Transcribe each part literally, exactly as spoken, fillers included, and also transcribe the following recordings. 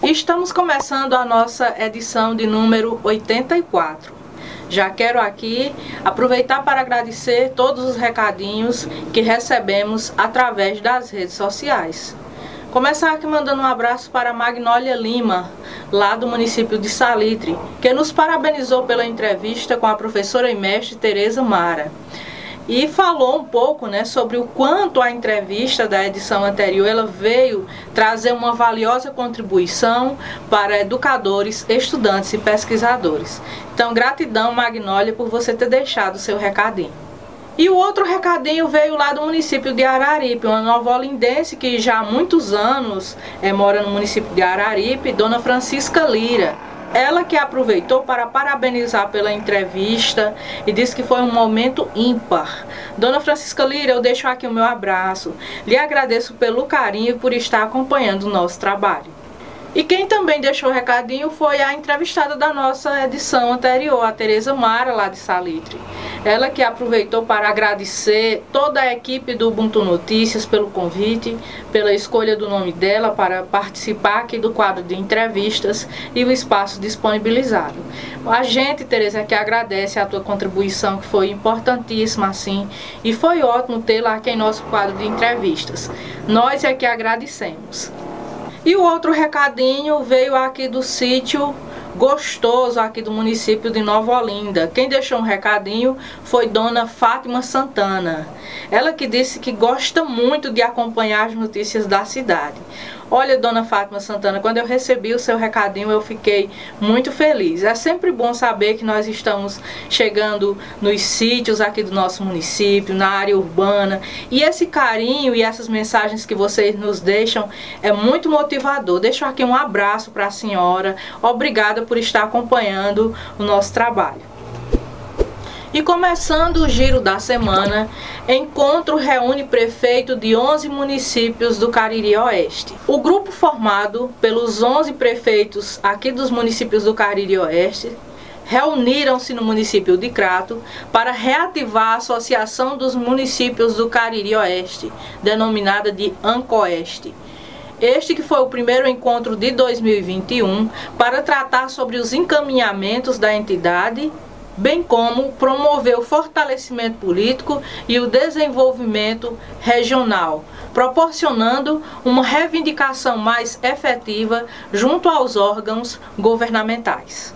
Estamos começando a nossa edição de número oitenta e quatro. Já quero aqui aproveitar para agradecer todos os recadinhos que recebemos através das redes sociais. Começar aqui mandando um abraço para a Magnólia Lima, lá do município de Salitre, que nos parabenizou pela entrevista com a professora e mestre Tereza Mara. E falou um pouco, né, sobre o quanto a entrevista da edição anterior ela veio trazer uma valiosa contribuição para educadores, estudantes e pesquisadores. Então, gratidão, Magnólia, por você ter deixado o seu recadinho. E o outro recadinho veio lá do município de Araripe, uma nova-olindense que já há muitos anos é, mora no município de Araripe, Dona Francisca Lira. Ela que aproveitou para parabenizar pela entrevista e disse que foi um momento ímpar. Dona Francisca Lira, eu deixo aqui o meu abraço. Lhe agradeço pelo carinho e por estar acompanhando o nosso trabalho. E quem também deixou o recadinho foi a entrevistada da nossa edição anterior, a Tereza Mara, lá de Salitre. Ela que aproveitou para agradecer toda a equipe do Ubuntu Notícias pelo convite, pela escolha do nome dela para participar aqui do quadro de entrevistas e o espaço disponibilizado. A gente, Tereza, que agradece a tua contribuição, que foi importantíssima, assim, e foi ótimo tê-la aqui em nosso quadro de entrevistas. Nós é que agradecemos. E o outro recadinho veio aqui do sítio Gostoso, aqui do município de Nova Olinda. Quem deixou um recadinho foi Dona Fátima Santana. Ela que disse que gosta muito de acompanhar as notícias da cidade. Olha, Dona Fátima Santana, quando eu recebi o seu recadinho eu fiquei muito feliz. É sempre bom saber que nós estamos chegando nos sítios aqui do nosso município, na área urbana. E esse carinho e essas mensagens que vocês nos deixam é muito motivador. Deixo aqui um abraço para a senhora. Obrigada por estar acompanhando o nosso trabalho. E começando o giro da semana, encontro reúne prefeito de onze municípios do Cariri Oeste. O grupo formado pelos onze prefeitos aqui dos municípios do Cariri Oeste reuniram-se no município de Crato para reativar a Associação dos Municípios do Cariri Oeste, denominada de ANCOeste. Este que foi o primeiro encontro de dois mil e vinte e um para tratar sobre os encaminhamentos da entidade, bem como promover o fortalecimento político e o desenvolvimento regional, proporcionando uma reivindicação mais efetiva junto aos órgãos governamentais.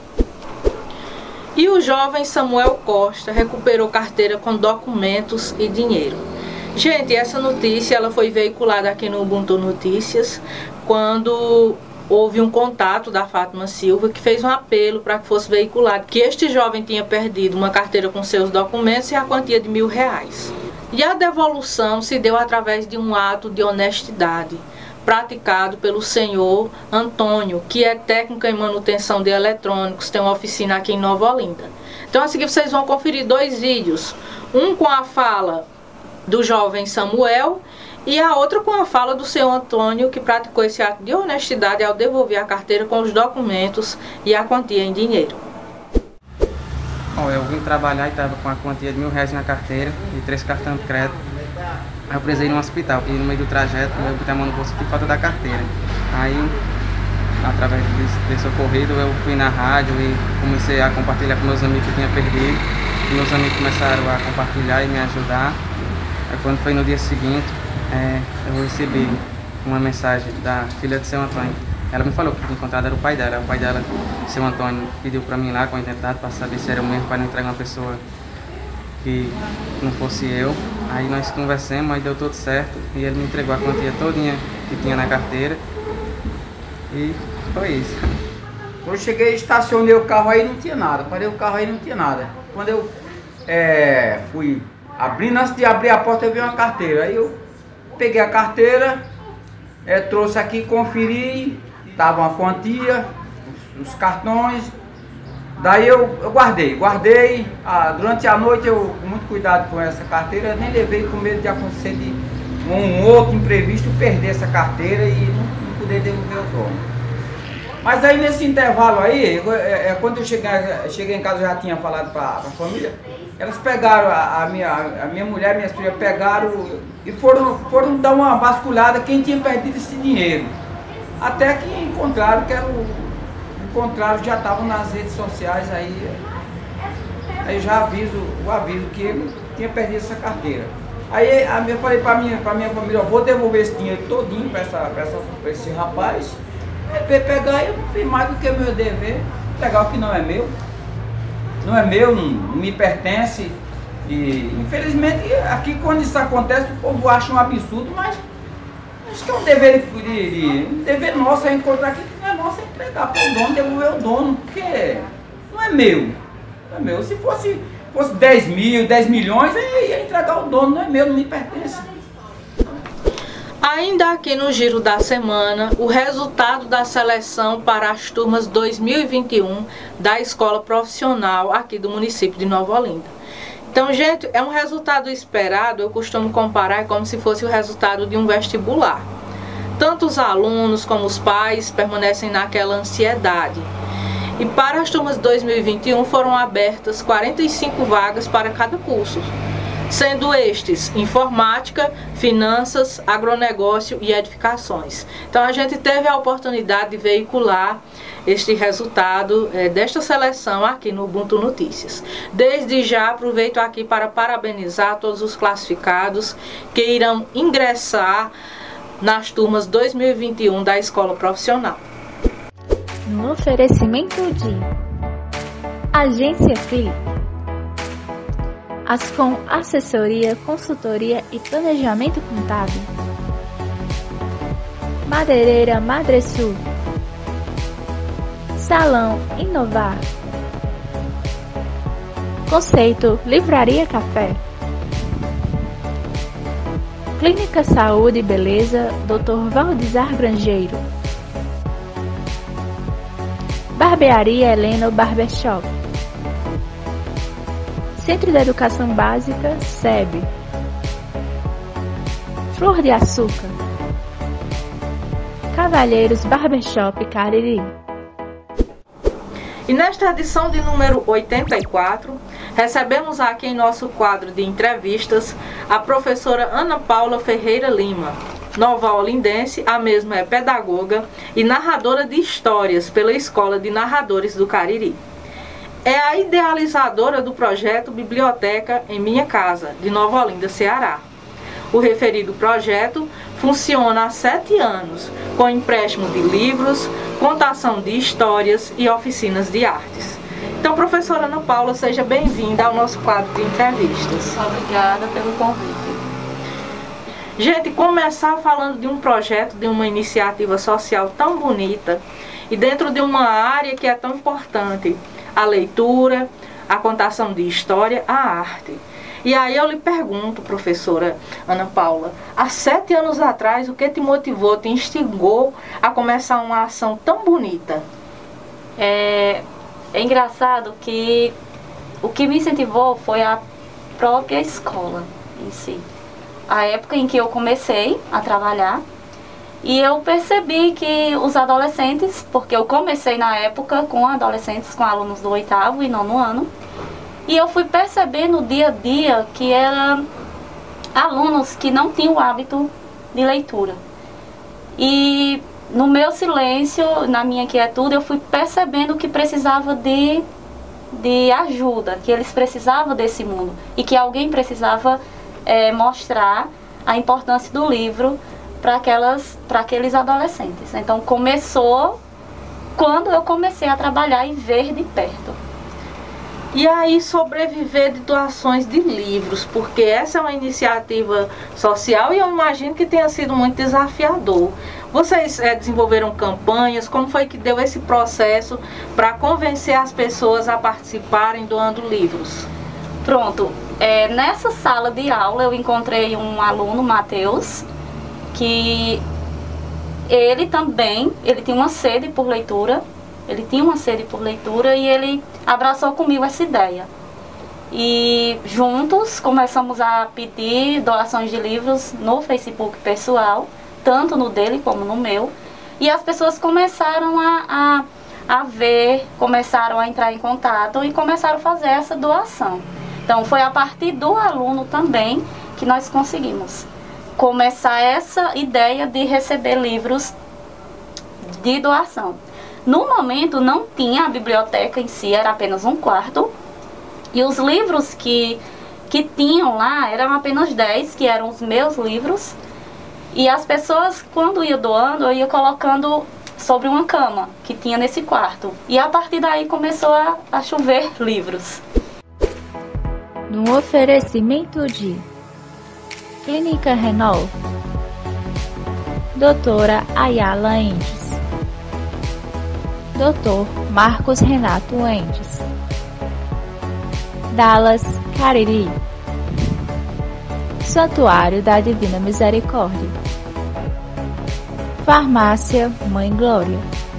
E o jovem Samuel Costa recuperou carteira com documentos e dinheiro. Gente, essa notícia ela foi veiculada aqui no Ubuntu Notícias quando houve um contato da Fátima Silva que fez um apelo para que fosse veiculado que este jovem tinha perdido uma carteira com seus documentos e a quantia de mil reais. E a devolução se deu através de um ato de honestidade praticado pelo senhor Antônio, que é técnico em manutenção de eletrônicos, tem uma oficina aqui em Nova Olinda. Então a seguir vocês vão conferir dois vídeos, um com a fala do jovem Samuel e a outra com a fala do senhor Antônio, que praticou esse ato de honestidade ao devolver a carteira com os documentos e a quantia em dinheiro. Bom, eu vim trabalhar e estava com a quantia de mil reais na carteira e três cartões de crédito. Aí eu precisei ir no hospital, e no meio do trajeto eu botei a mão no bolso e falta da carteira. Aí, através desse, desse ocorrido, eu fui na rádio e comecei a compartilhar com meus amigos que tinha perdido. E meus amigos começaram a compartilhar e me ajudar. Aí quando foi no dia seguinte, É, eu recebi uma mensagem da filha de seu Antônio. Ela me falou que tinha encontrado era o pai dela. O pai dela, seu Antônio, pediu para mim lá com a identidade para saber se era o mesmo, para não entregar uma pessoa que não fosse eu. Aí nós conversamos, aí deu tudo certo e ele me entregou a quantia todinha que tinha na carteira e foi isso. Quando eu cheguei, estacionei o carro aí, não tinha nada. Parei o carro aí, não tinha nada. Quando eu é, fui abrindo, antes de abrir a porta, eu vi uma carteira. Aí eu peguei a carteira, é, trouxe aqui, conferi, tava uma quantia, os, os cartões. Daí eu, eu guardei, guardei. Ah, durante a noite eu, com muito cuidado com essa carteira, nem levei com medo de acontecer de um, um outro imprevisto, perder essa carteira e não, não poder devolver o dono. Mas aí nesse intervalo aí, eu, é, é, quando eu cheguei, cheguei em casa, eu já tinha falado para a família, elas pegaram, a, a, minha, a minha mulher e minha filha pegaram e foram, foram dar uma vasculhada quem tinha perdido esse dinheiro. Até que encontraram que era o, encontraram, já estavam nas redes sociais aí, aí já aviso, o aviso que ele tinha perdido essa carteira. Aí eu falei para minha, para minha família, eu vou devolver esse dinheiro todinho para essa, para essa, para esse rapaz. Ele veio pegar e eu não fiz mais do que o meu dever, pegar o que não é meu. Não é meu, não, não me pertence. E infelizmente aqui quando isso acontece o povo acha um absurdo, mas acho que é um dever, de, de, um dever nosso é encontrar aqui que não é nosso, é entregar para o dono, devolver o dono, porque não é meu. Não é meu. Se fosse, fosse dez mil, dez milhões, aí ia entregar o dono, não é meu, não me pertence. Ainda aqui no Giro da Semana, o resultado da seleção para as turmas dois mil e vinte e um da Escola Profissional aqui do município de Nova Olinda. Então, gente, é um resultado esperado, eu costumo comparar como se fosse o resultado de um vestibular. Tanto os alunos como os pais permanecem naquela ansiedade. E para as turmas dois mil e vinte e um foram abertas quarenta e cinco vagas para cada curso, sendo estes informática, finanças, agronegócio e edificações. Então a gente teve a oportunidade de veicular este resultado é, desta seleção aqui no Ubuntu Notícias. Desde já aproveito aqui para parabenizar todos os classificados que irão ingressar nas turmas dois mil e vinte e um da Escola Profissional. No oferecimento de Agência Felipe, Ascom Assessoria, Consultoria e Planejamento Contábil, Madeireira Madresul, Salão Inovar, Conceito Livraria Café, Clínica Saúde e Beleza doutor Valdizar Grangeiro, Barbearia Heleno Barbershop, Centro de Educação Básica, S E B, Flor de Açúcar, Cavalheiros Barbershop Cariri. E nesta edição de número oitenta e quatro, recebemos aqui em nosso quadro de entrevistas a professora Ana Paula Ferreira Lima, nova olindense, a mesma é pedagoga e narradora de histórias pela Escola de Narradores do Cariri. É a idealizadora do projeto Biblioteca em Minha Casa, de Nova Olinda, Ceará. O referido projeto funciona há sete anos, com empréstimo de livros, contação de histórias e oficinas de artes. Então, professora Ana Paula, seja bem-vinda ao nosso quadro de entrevistas. Obrigada pelo convite. Gente, começar falando de um projeto, de uma iniciativa social tão bonita e dentro de uma área que é tão importante, a leitura, a contação de história, a arte. E aí eu lhe pergunto, professora Ana Paula, há sete anos atrás, o que te motivou, te instigou a começar uma ação tão bonita? É, é engraçado que o que me incentivou foi a própria escola em si. A época em que eu comecei a trabalhar e eu percebi que os adolescentes, porque eu comecei na época com adolescentes, com alunos do oitavo e nono ano, e eu fui percebendo dia a dia que eram alunos que não tinham o hábito de leitura. E no meu silêncio, na minha quietude, eu fui percebendo que precisava de, de ajuda, que eles precisavam desse mundo e que alguém precisava é, mostrar a importância do livro para aquelas, para aqueles adolescentes. Então começou quando eu comecei a trabalhar e ver de perto. E aí sobreviver de doações de livros, porque essa é uma iniciativa social e eu imagino que tenha sido muito desafiador. Vocês é, desenvolveram campanhas, como foi que deu esse processo para convencer as pessoas a participarem doando livros? Pronto, é, nessa sala de aula eu encontrei um aluno, Matheus, que ele também, ele tinha uma sede por leitura, ele tinha uma sede por leitura e ele abraçou comigo essa ideia. E juntos começamos a pedir doações de livros no Facebook pessoal, tanto no dele como no meu. E as pessoas começaram a, a, a ver, começaram a entrar em contato e começaram a fazer essa doação. Então foi a partir do aluno também que nós conseguimos começar essa ideia de receber livros de doação. No momento não tinha a biblioteca em si, era apenas um quarto. E os livros que, que tinham lá eram apenas dez, que eram os meus livros. E as pessoas, quando ia doando, eu ia colocando sobre uma cama que tinha nesse quarto. E a partir daí começou a, a chover livros. No oferecimento de Clínica Renol, doutora Ayala Endes, doutor Marcos Renato Endes, Dallas Cariri, Santuário da Divina Misericórdia, Farmácia Mãe Glória,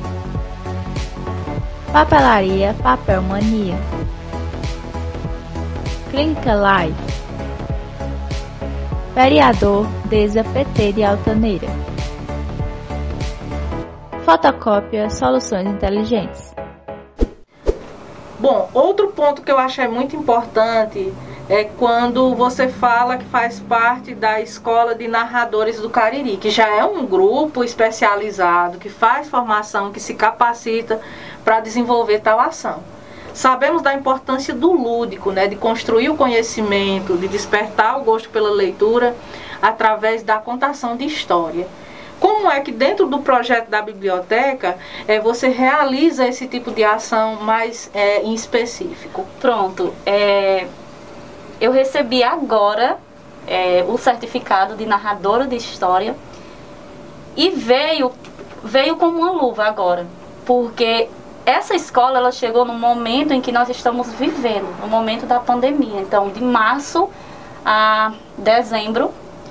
Papelaria Papel Mania, Clínica Life, Vereador Deza P T de Altaneira, Fotocópia Soluções Inteligentes. Bom, outro ponto que eu achei muito importante é quando você fala que faz parte da Escola de Narradores do Cariri, que já é um grupo especializado, que faz formação, que se capacita para desenvolver tal ação. Sabemos da importância do lúdico, né, de construir o conhecimento, de despertar o gosto pela leitura através da contação de história. Como é que dentro do projeto da biblioteca é, você realiza esse tipo de ação mais é, em específico? Pronto, é, eu recebi agora é, o certificado de narradora de história e veio, veio como uma luva agora, porque essa escola ela chegou no momento em que nós estamos vivendo, no momento da pandemia. Então, de março a dezembro,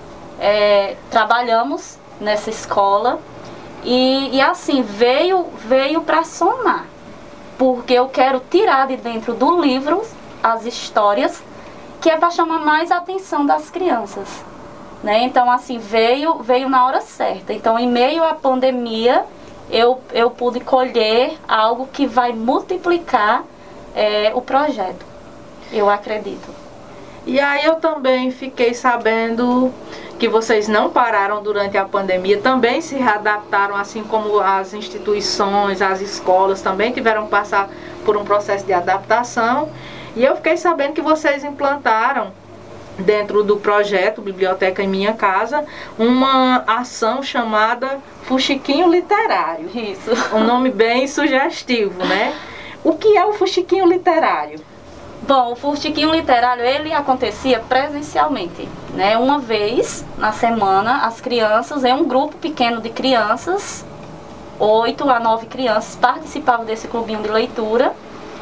é, trabalhamos nessa escola e, e assim, veio, veio para somar, porque eu quero tirar de dentro do livro as histórias que é para chamar mais a atenção das crianças, né? Então, assim, veio, veio na hora certa. Então, em meio à pandemia, eu, eu pude colher algo que vai multiplicar é, o projeto, eu acredito. E aí eu também fiquei sabendo que vocês não pararam durante a pandemia, também se readaptaram, assim como as instituições, as escolas também tiveram que passar por um processo de adaptação. E eu fiquei sabendo que vocês implantaram, dentro do projeto Biblioteca em Minha Casa, uma ação chamada Fuxiquinho Literário. Isso. Um nome bem sugestivo, né? O que é o Fuxiquinho Literário? Bom, o Fuxiquinho Literário, ele acontecia presencialmente, né? Uma vez na semana, as crianças, em um grupo pequeno de crianças, oito a nove crianças, participavam desse clubinho de leitura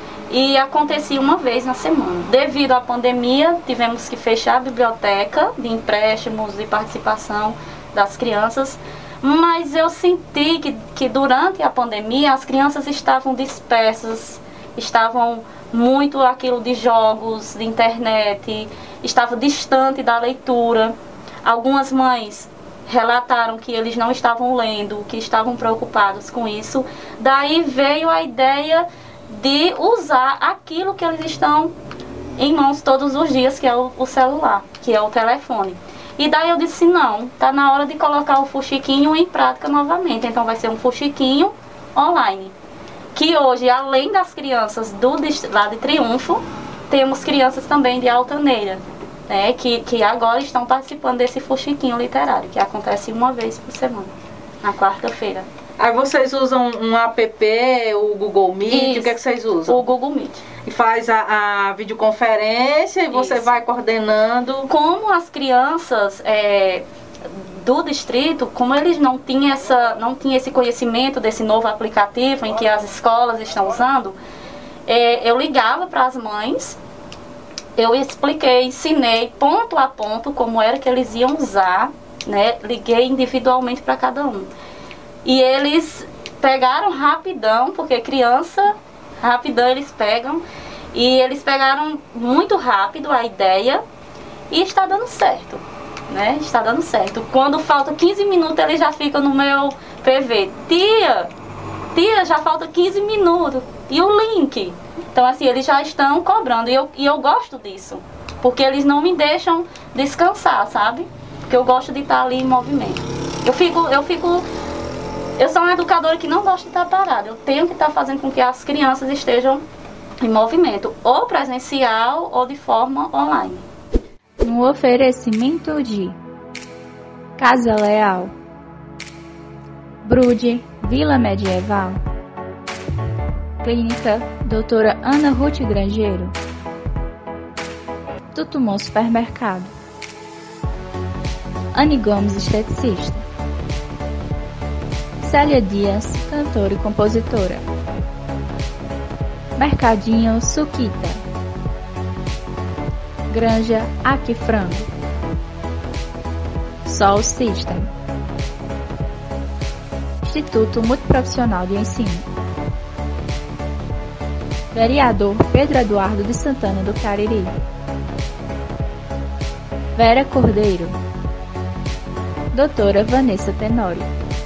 e acontecia uma vez na semana. Devido à pandemia, tivemos que fechar a biblioteca de empréstimos e participação das crianças, mas eu senti que, que durante a pandemia as crianças estavam dispersas, estavam muito aquilo de jogos, de internet, estava distante da leitura. Algumas mães relataram que eles não estavam lendo, que estavam preocupados com isso. Daí veio a ideia de usar aquilo que eles estão em mãos todos os dias, que é o, o celular, que é o telefone. E daí eu disse, não, tá na hora de colocar o Fuxiquinho em prática novamente. Então vai ser um Fuxiquinho online. Que hoje, além das crianças do lá de Triunfo, temos crianças também de Altaneira, né, que, que agora estão participando desse Fuxiquinho Literário, que acontece uma vez por semana, na quarta-feira. Aí vocês usam um app, o Google Meet, Isso. O que é que vocês usam? O Google Meet. E faz a, a videoconferência e você Isso. vai coordenando. Como as crianças é, do distrito, como eles não tinham, essa, não tinham esse conhecimento desse novo aplicativo em que as escolas estão usando, é, eu ligava para as mães, eu expliquei, ensinei ponto a ponto como era que eles iam usar, né? Liguei individualmente para cada um. E eles pegaram rapidão, porque criança, rapidão eles pegam, e eles pegaram muito rápido a ideia e está dando certo, né? Está dando certo. Quando falta quinze minutos, ele já fica no meu P V. Tia, tia, já falta quinze minutos. E o link? Então, assim, eles já estão cobrando. E eu, e eu gosto disso, porque eles não me deixam descansar, sabe? Porque eu gosto de estar ali em movimento. Eu fico... Eu fico Eu sou uma educadora que não gosta de estar parada. Eu tenho que estar fazendo com que as crianças estejam em movimento, ou presencial ou de forma online. No oferecimento de Casa Leal, Brude Vila Medieval, Clínica doutora Ana Ruth Grangeiro, Tutumon Supermercado, Anne Gomes Esteticista, Célia Dias, cantora e compositora, Mercadinho Suquita, Granja Aqui Frango, Sol System, Instituto Multiprofissional de Ensino, Vereador Pedro Eduardo de Santana do Cariri, Vera Cordeiro, Doutora Vanessa Tenório.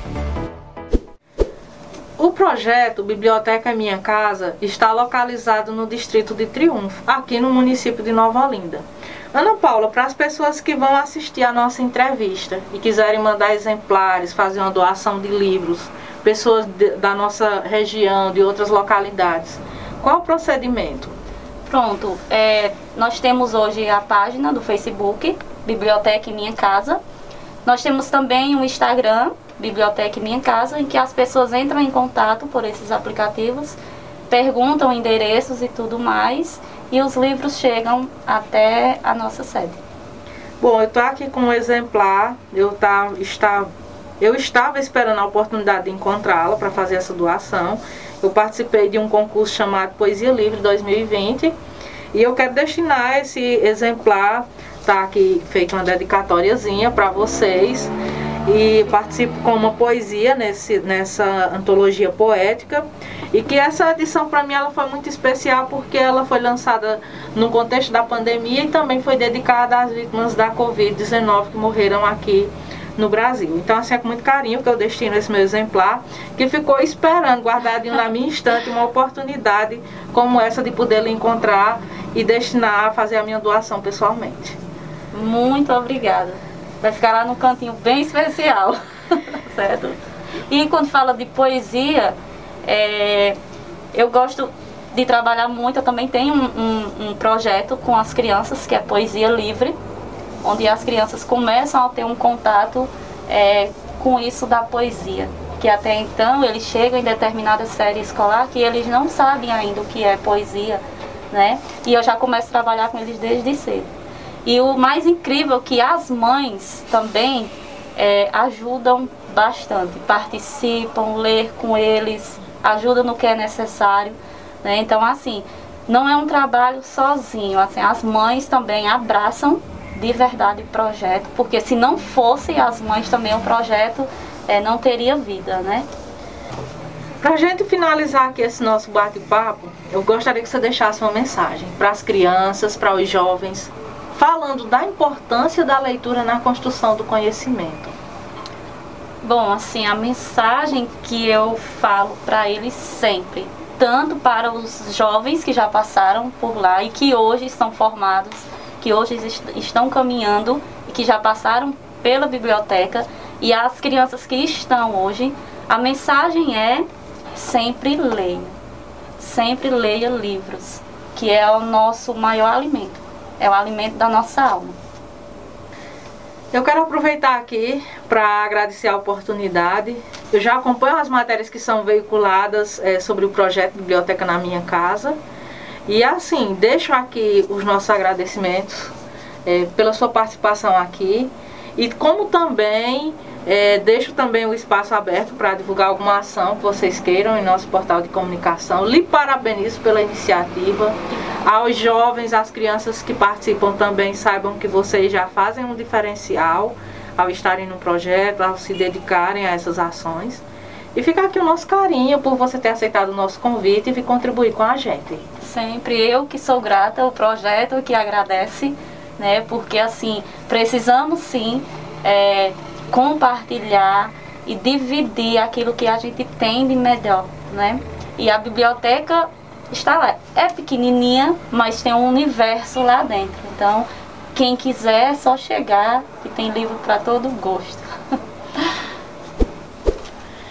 O projeto Biblioteca Minha Casa está localizado no distrito de Triunfo, aqui no município de Nova Olinda. Ana Paula, para as pessoas que vão assistir a nossa entrevista e quiserem mandar exemplares, fazer uma doação de livros, pessoas de, da nossa região, de outras localidades, qual o procedimento? Pronto, é, nós temos hoje a página do Facebook, Biblioteca Minha Casa. Nós temos também um Instagram, Biblioteca Minha Casa, em que as pessoas entram em contato por esses aplicativos, perguntam endereços e tudo mais, e os livros chegam até a nossa sede. Bom, eu estou aqui com um exemplar, eu, tá, está, eu estava esperando a oportunidade de encontrá-la para fazer essa doação. Eu participei de um concurso chamado Poesia Livre dois mil e vinte, e eu quero destinar esse exemplar, tá aqui feito uma dedicatóriazinha para vocês, e participo com uma poesia nesse, nessa antologia poética, e que essa edição para mim ela foi muito especial porque ela foi lançada no contexto da pandemia e também foi dedicada às vítimas da covid dezenove que morreram aqui no Brasil. Então assim é com muito carinho que eu destino esse meu exemplar, que ficou esperando, guardadinho na minha estante, uma oportunidade como essa de poder lhe encontrar e destinar a fazer a minha doação pessoalmente. Muito obrigada. Vai ficar lá no cantinho bem especial, certo? E quando fala de poesia, é, eu gosto de trabalhar muito. Eu também tenho um, um, um projeto com as crianças, que é Poesia Livre, onde as crianças começam a ter um contato é, com isso da poesia. Que até então eles chegam em determinada série escolar que eles não sabem ainda o que é poesia, né? E eu já começo a trabalhar com eles desde cedo. E o mais incrível é que as mães também é, ajudam bastante, participam, ler com eles, ajudam no que é necessário, né? Então assim, não é um trabalho sozinho, assim, as mães também abraçam de verdade o projeto, porque se não fosse as mães também o projeto é, não teria vida, né? Para a gente finalizar aqui esse nosso bate-papo, eu gostaria que você deixasse uma mensagem para as crianças, para os jovens, falando da importância da leitura na construção do conhecimento. Bom, assim, a mensagem que eu falo para eles sempre, tanto para os jovens que já passaram por lá e que hoje estão formados, que hoje est estão caminhando e que já passaram pela biblioteca, e as crianças que estão hoje, a mensagem é sempre leia, sempre leia livros, que é o nosso maior alimento. É o alimento da nossa alma. Eu quero aproveitar aqui para agradecer a oportunidade. Eu já acompanho as matérias que são veiculadas é, sobre o projeto Biblioteca na Minha Casa. E assim, deixo aqui os nossos agradecimentos é, pela sua participação aqui. E como também, é, deixo também o espaço aberto para divulgar alguma ação que vocês queiram em nosso portal de comunicação. Lhe parabenizo pela iniciativa. Aos jovens, às crianças que participam também, saibam que vocês já fazem um diferencial ao estarem no projeto, ao se dedicarem a essas ações. E fica aqui o nosso carinho por você ter aceitado o nosso convite e vir contribuir com a gente. Sempre eu que sou grata ao projeto, que agradece, né? Porque assim, precisamos sim é, compartilhar e dividir aquilo que a gente tem de melhor, né? E a biblioteca está lá, é pequenininha, mas tem um universo lá dentro. Então, quem quiser é só chegar, que tem livro para todo gosto.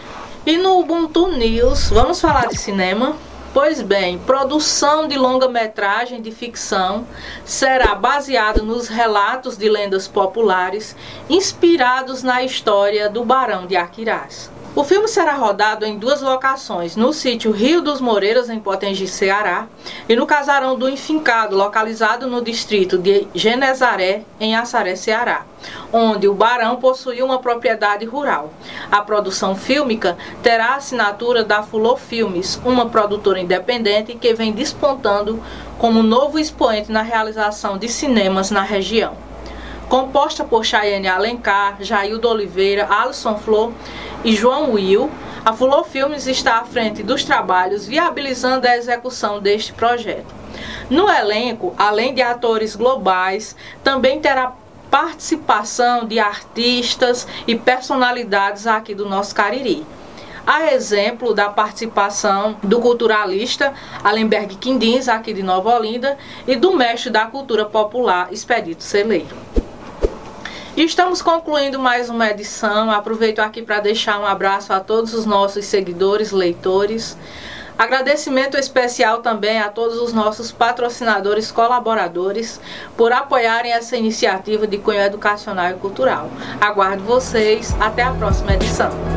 E no Ubuntu News, vamos falar de cinema? Pois bem, produção de longa-metragem de ficção será baseada nos relatos de lendas populares inspirados na história do Barão de Aquiraz. O filme será rodado em duas locações, no sítio Rio dos Moreiras, em Potengi, Ceará, e no Casarão do Enfincado, localizado no distrito de Genezaré, em Assaré, Ceará, onde o barão possuía uma propriedade rural. A produção fílmica terá a assinatura da Fulô Filmes, uma produtora independente que vem despontando como novo expoente na realização de cinemas na região. Composta por Chayane Alencar, Jaildo Oliveira, Alisson Flor e João Will, a Fulô Filmes está à frente dos trabalhos, viabilizando a execução deste projeto. No elenco, além de atores globais, também terá participação de artistas e personalidades aqui do nosso Cariri. A exemplo da participação do culturalista Alenberg Quindins, aqui de Nova Olinda, e do mestre da cultura popular, Expedito Celeiro. E estamos concluindo mais uma edição. Aproveito aqui para deixar um abraço a todos os nossos seguidores, leitores. Agradecimento especial também a todos os nossos patrocinadores, colaboradores, por apoiarem essa iniciativa de cunho educacional e cultural. Aguardo vocês. Até a próxima edição.